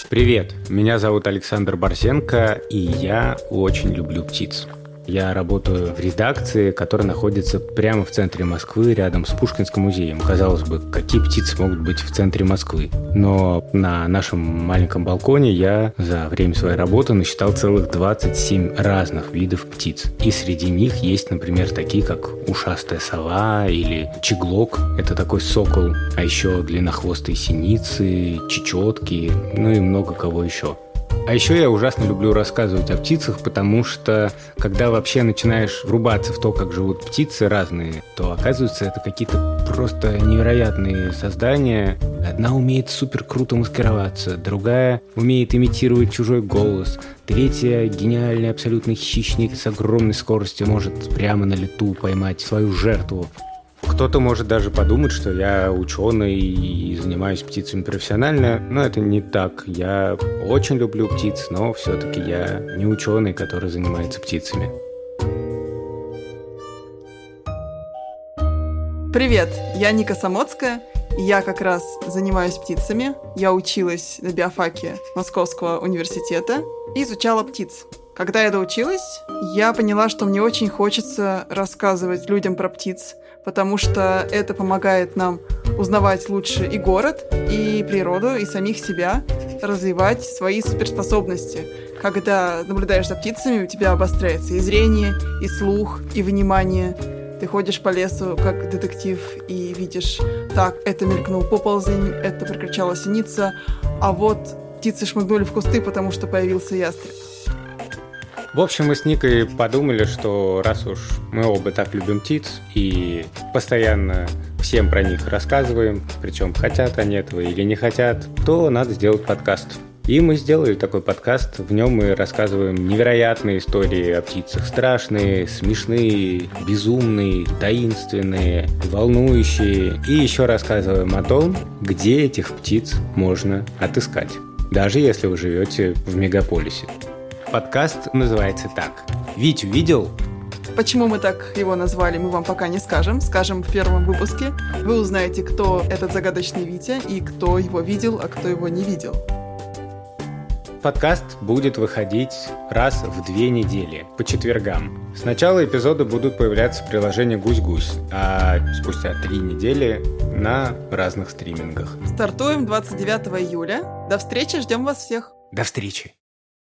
Привет, меня зовут Александр Борзенко, и я очень люблю птиц. Я работаю в редакции, которая находится прямо в центре Москвы, рядом с Пушкинским музеем. Казалось бы, какие птицы могут быть в центре Москвы? Но на нашем маленьком балконе я за время своей работы насчитал целых 27 разных видов птиц. И среди них есть, например, такие, как ушастая сова или чеглок, это такой сокол, а еще длиннохвостые синицы, чечетки, ну и много кого еще. А еще я ужасно люблю рассказывать о птицах, потому что, когда вообще начинаешь врубаться в то, как живут птицы разные, то оказывается, это какие-то просто невероятные создания. Одна умеет супер круто маскироваться, другая умеет имитировать чужой голос, третья гениальный абсолютный хищник с огромной скоростью может прямо на лету поймать свою жертву. Кто-то может даже подумать, что я ученый и занимаюсь птицами профессионально, но это не так. Я очень люблю птиц, но все-таки я не ученый, который занимается птицами. Привет, я Ника Самоцкая, и я как раз занимаюсь птицами. Я училась на биофаке Московского университета и изучала птиц. Когда я доучилась, я поняла, что мне очень хочется рассказывать людям про птиц, потому что это помогает нам узнавать лучше и город, и природу, и самих себя, развивать свои суперспособности. Когда наблюдаешь за птицами, у тебя обостряется и зрение, и слух, и внимание. Ты ходишь по лесу, как детектив, и видишь, так, это мелькнул поползень, это прокричала синица, а вот птицы шмыгнули в кусты, потому что появился ястреб. В общем, мы с Никой подумали, что раз уж мы оба так любим птиц и постоянно всем про них рассказываем, причем хотят они этого или не хотят, то надо сделать подкаст. И мы сделали такой подкаст, в нем мы рассказываем невероятные истории о птицах, страшные, смешные, безумные, таинственные, волнующие. И еще рассказываем о том, где этих птиц можно отыскать, даже если вы живете в мегаполисе. Подкаст называется так. Витю видел? Почему мы так его назвали, мы вам пока не скажем. Скажем в первом выпуске. Вы узнаете, кто этот загадочный Витя и кто его видел, а кто его не видел. Подкаст будет выходить раз в 2 недели, по четвергам. Сначала эпизоды будут появляться в приложении «Гусь-Гусь», а спустя 3 недели на разных стримингах. Стартуем 29 июля. До встречи, ждем вас всех. До встречи!